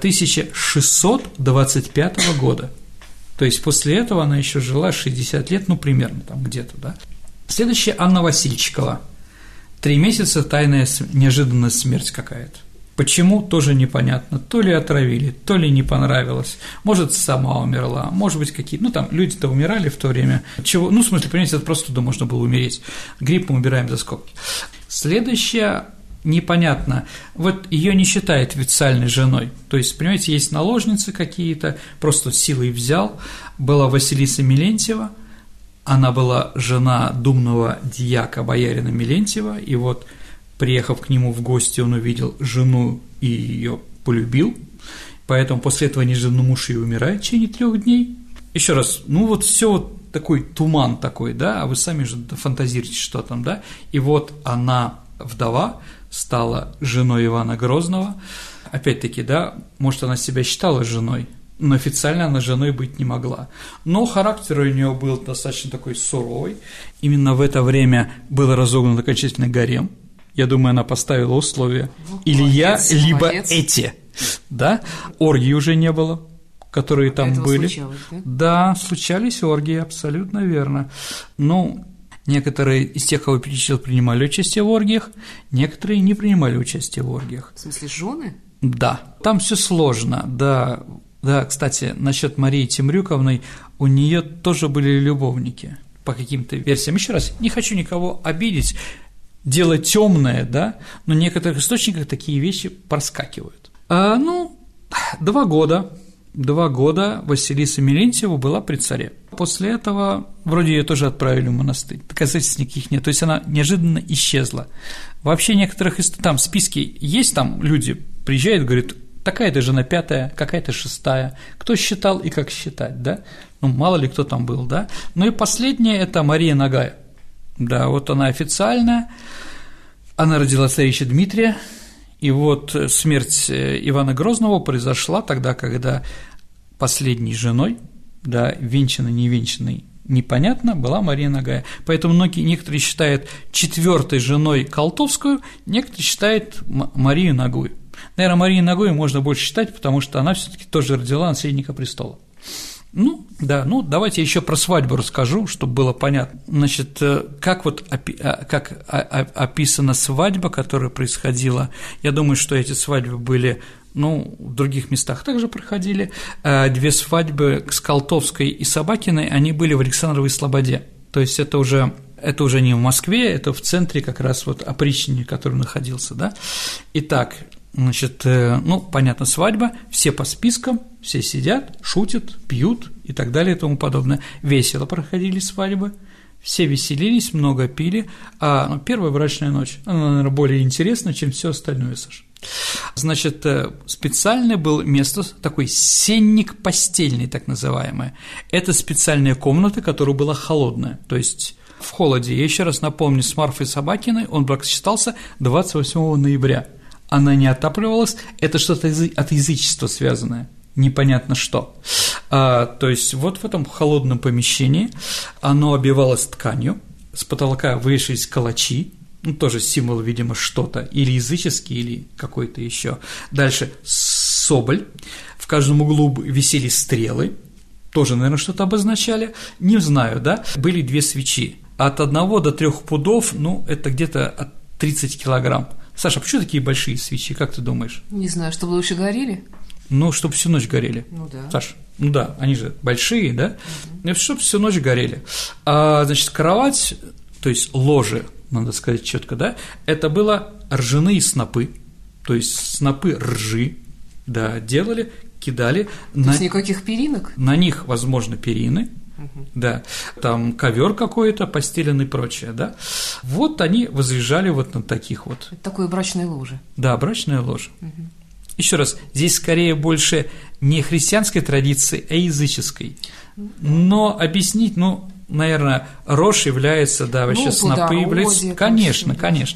1625 года. То есть после этого она еще жила 60 лет, примерно там где-то, да. Следующая Анна Васильчикова. 3 месяца тайная неожиданная смерть какая-то. Почему, тоже непонятно, то ли отравили, то ли не понравилось, может, сама умерла, может быть, какие-то, там люди-то умирали в то время, чего, в смысле, понимаете, это просто туда можно было умереть, гриппом убираем за скобки. Следующее, непонятно, вот ее не считают официальной женой, то есть, понимаете, есть наложницы какие-то, просто силой взял, была Василиса Милентьева, она была жена думного дьяка боярина Милентьева, и вот, приехав к нему в гости, он увидел жену и ее полюбил, поэтому после этого неожиданно муж и умирает в течение 3 дней. Еще раз, все вот такой туман такой, да, а вы сами же фантазируете, что там, да, и вот она, вдова, стала женой Ивана Грозного, опять-таки, да, может, она себя считала женой, но официально она женой быть не могла. Но характер у нее был достаточно такой суровый, именно в это время был разогнан окончательный гарем. Я думаю, она поставила условия. Или молодец, я, либо молодец. Эти. Да? Оргий уже не было, которые там были. Случалось, да? Да, случались оргии, абсолютно верно. Некоторые из тех, кого перечислил, принимали участие в оргиях, некоторые не принимали участие в оргиях. В смысле, жены? Да, там все сложно, да. Да, кстати, насчет Марии Темрюковны, у нее тоже были любовники, по каким-то версиям. Еще раз, не хочу никого обидеть. Дело темное, да, но в некоторых источниках такие вещи проскакивают. 2 года Василиса Милентьева была при царе. После этого вроде ее тоже отправили в монастырь, доказательств никаких нет, то есть она неожиданно исчезла. Вообще некоторых там списки есть, там люди приезжают, говорят, такая-то жена 5-я, какая-то 6-я, кто считал и как считать, да, мало ли кто там был, да. И последняя – это Мария Нагая. Да, вот она официальная, она родила царевича Дмитрия, и вот смерть Ивана Грозного произошла тогда, когда последней женой, да, венчанной, не венчанной, непонятно, была Мария Нагая. Поэтому некоторые считают 4-й женой Колтовскую, некоторые считают Марию Нагую. Наверное, Марию Нагую можно больше считать, потому что она все-таки тоже родила наследника престола. Давайте еще про свадьбу расскажу, чтобы было понятно. Значит, как описана свадьба, которая происходила, я думаю, что эти свадьбы были, в других местах также проходили. 2 свадьбы с Колтовской и Собакиной, они были в Александровой Слободе, то есть это уже не в Москве, это в центре как раз вот опричнины, который находился, да. Итак, значит, понятно, свадьба, все по спискам, все сидят, шутят, пьют и так далее и тому подобное. Весело проходили свадьбы, все веселились, много пили, а первая брачная ночь, она, наверное, более интересна, чем все остальное, Саша. Значит, специальное было место, такой сенник постельный, так называемое. Это специальная комната, которая была холодная, то есть в холоде. Я еще раз напомню, с Марфой Собакиной он брак сочетался 28 ноября. Она не отапливалась, это что-то от язычества связанное, непонятно что. То есть вот в этом холодном помещении оно обивалось тканью, с потолка вешались калачи, ну, тоже символ, видимо, что-то, или языческий, или какой-то еще. Дальше соболь, в каждом углу висели стрелы, тоже, наверное, что-то обозначали, не знаю, да. Были 2 свечи, от 1 до 3 пудов, ну, это где-то от 30 килограмм. Саша, а почему такие большие свечи, как ты думаешь? Не знаю, чтобы лучше горели? Ну, чтобы всю ночь горели. Ну да. Саш, ну да, они же большие, да? Чтобы всю ночь горели. Значит, кровать, то есть ложе, надо сказать четко, да, это было ржаные снопы, то есть снопы ржи, да, делали, кидали. То есть никаких перинок? На них, возможно, перины, да, там ковер какой-то, постеленный и прочее, да. Вот они возлежали вот на таких вот. Это такое брачное ложе. Да, брачное ложе. Еще раз, здесь скорее больше не христианской традиции, а языческой. Но объяснить, ну, наверное, рожь является, да, вообще снопы являются. Конечно,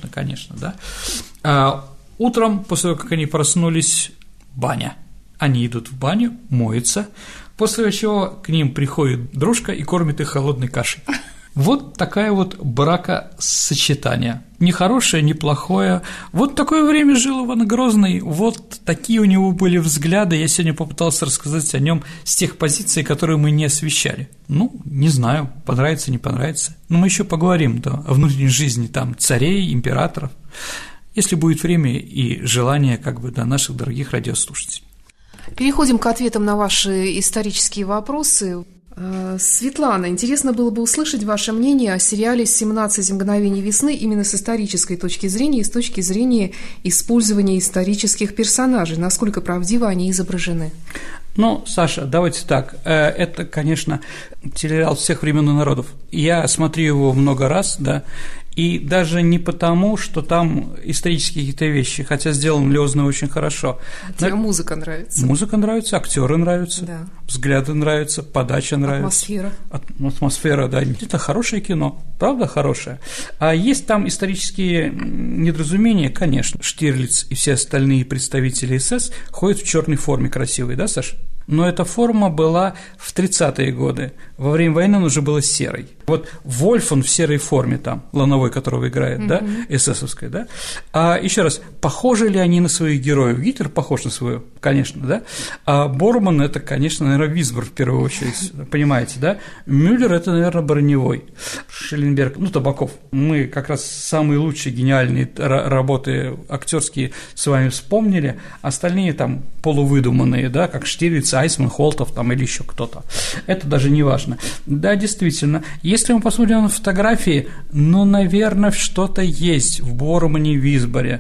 да. Утром, после того, как они проснулись, баня. Они идут в баню, моются, после чего к ним приходит дружка и кормит их холодной кашей. Вот такая вот бракосочетание. Не хорошее, не плохое. Вот такое время жил Иван Грозный, вот такие у него были взгляды. Я сегодня попытался рассказать о нем с тех позиций, которые мы не освещали. Ну, не знаю, понравится, не понравится. Но мы еще поговорим, да, о внутренней жизни там царей, императоров, если будет время и желание, как бы, до наших дорогих радиослушателей. Переходим к ответам на ваши исторические вопросы. Светлана, интересно было бы услышать ваше мнение о сериале «17 мгновений весны» именно с исторической точки зрения и с точки зрения использования исторических персонажей. Насколько правдиво они изображены? Ну, Саша, давайте так. Это, конечно, сериал всех времен и народов. Я смотрю его много раз, да, и даже не потому, что там исторические какие-то вещи, хотя сделан Лёзный очень хорошо. Тебе музыка нравится? Музыка нравится, актеры нравятся, да. Взгляды нравятся, подача нравится. Атмосфера, да. Это хорошее кино, правда хорошее. А есть там исторические недоразумения, конечно. Штирлиц и все остальные представители СС ходят в черной форме красивой, да, Саш? Но эта форма была в 30-е годы. Во время войны она уже была серой. Вот Вольф, он в серой форме там, Лановой, которого играет, да, эсэсовской, да. А еще раз, похожи ли они на своих героев? Гитлер похож на свою, конечно, да. А Борман – это, конечно, наверное, Висбор в первую очередь, понимаете, да. Мюллер – это, наверное, Броневой. Шелленберг, ну, Табаков. Мы как раз самые лучшие, гениальные работы актерские с вами вспомнили, остальные там полувыдуманные, да, как Штирлиц, Айсман, Холтов там или еще кто-то. Это даже не важно. Да, действительно, если мы посмотрим на фотографии, ну, наверное, что-то есть в Бормане, Висборе.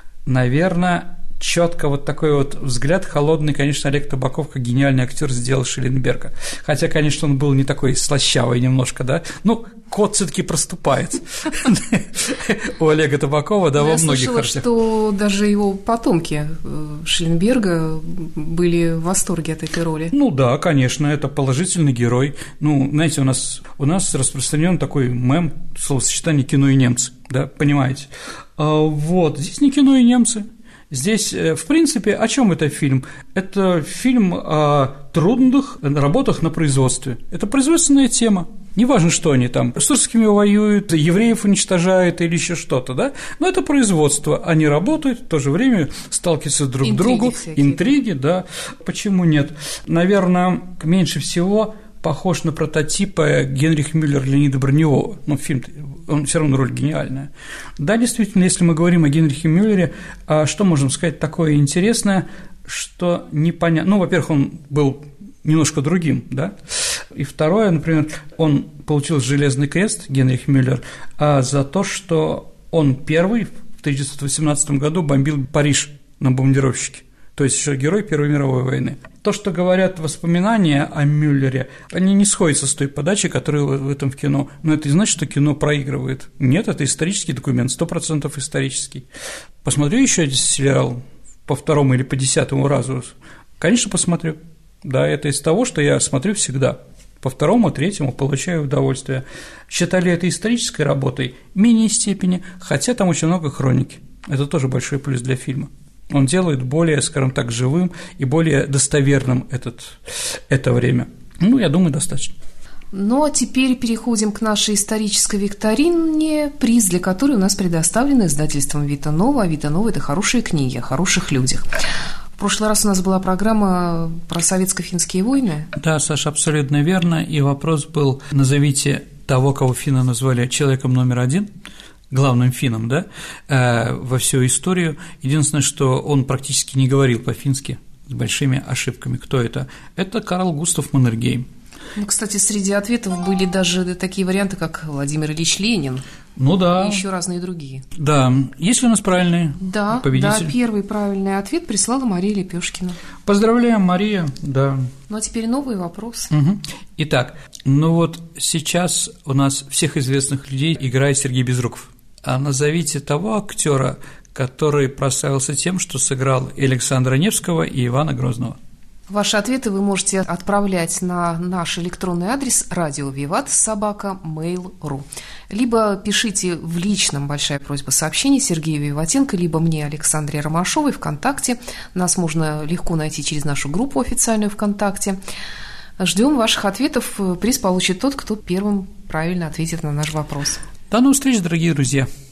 Наверное, четко вот такой вот взгляд холодный, конечно, Олег Табаков, как гениальный актер, сделал Шелленберга. Хотя, конечно, он был не такой слащавый немножко, да, ну, кот все-таки проступает у Олега Табакова, да, во многих характерах. Я слышала, что даже его потомки Шелленберга были в восторге от этой роли. Ну да, конечно, это положительный герой. Ну, знаете, у нас распространен такой мем, словосочетание «кино и немцы», да, понимаете. Вот, здесь не кино и немцы. Здесь, в принципе, о чем это фильм? Это фильм о трудных работах на производстве. Это производственная тема. Неважно, что они там, с русскими воюют, евреев уничтожают или еще что-то, да? Но это производство. Они работают, в то же время сталкиваются друг с другом. Интриги, да. Почему нет? Наверное, меньше всего похож на прототипы Генрих Мюллер Леонида Броневого. Ну, фильм, он все равно роль гениальная. Да, действительно, если мы говорим о Генрихе Мюллере, что можем сказать такое интересное, что непонятно. Ну, во-первых, он был немножко другим, да. И второе, например, он получил Железный крест, Генрих Мюллер, за то, что он первый в 1918 году бомбил Париж на бомбардировщике. То есть еще герой Первой мировой войны. То, что говорят воспоминания о Мюллере, они не сходятся с той подачей, которая в этом в кино. Но это не значит, что кино проигрывает. Нет, это исторический документ, 100% исторический. Посмотрю еще один сериал по второму или по 10-му разу. Конечно, посмотрю. Да, это из того, что я смотрю всегда. По второму, третьему получаю удовольствие. Считали это исторической работой в менее степени, хотя там очень много хроники. Это тоже большой плюс для фильма. Он делает более, скажем так, живым и более достоверным это время. Я думаю, достаточно. Ну, а теперь переходим к нашей исторической викторине, приз для которой у нас предоставлен издательством Вита Нова. А Вита Нова – это хорошие книги о хороших людях. В прошлый раз у нас была программа про советско-финские войны. Да, Саша, абсолютно верно. И вопрос был: назовите того, кого финны назвали человеком номер один, главным финном, да, во всю историю. Единственное, что он практически не говорил по-фински, с большими ошибками. Кто это? Это Карл Густав Маннергейм. Кстати, среди ответов были даже такие варианты, как Владимир Ильич Ленин. Да. И еще разные другие. Да. Есть ли у нас правильный победитель? Да, первый правильный ответ прислала Мария Лепешкина. Поздравляем, Мария, да. Ну, а теперь новый вопрос. Угу. Итак, сейчас у нас всех известных людей играет Сергей Безруков. А назовите того актера, который прославился тем, что сыграл и Александра Невского, и Ивана Грозного. Ваши ответы вы можете отправлять на наш электронный адрес radiovivat@mail.ru, либо пишите в личном, большая просьба, сообщение Сергею Виватенко, либо мне, Александре Ромашовой, ВКонтакте. Нас можно легко найти через нашу группу официальную ВКонтакте. Ждем ваших ответов. Приз получит тот, кто первым правильно ответит на наш вопрос. До новых встреч, дорогие друзья!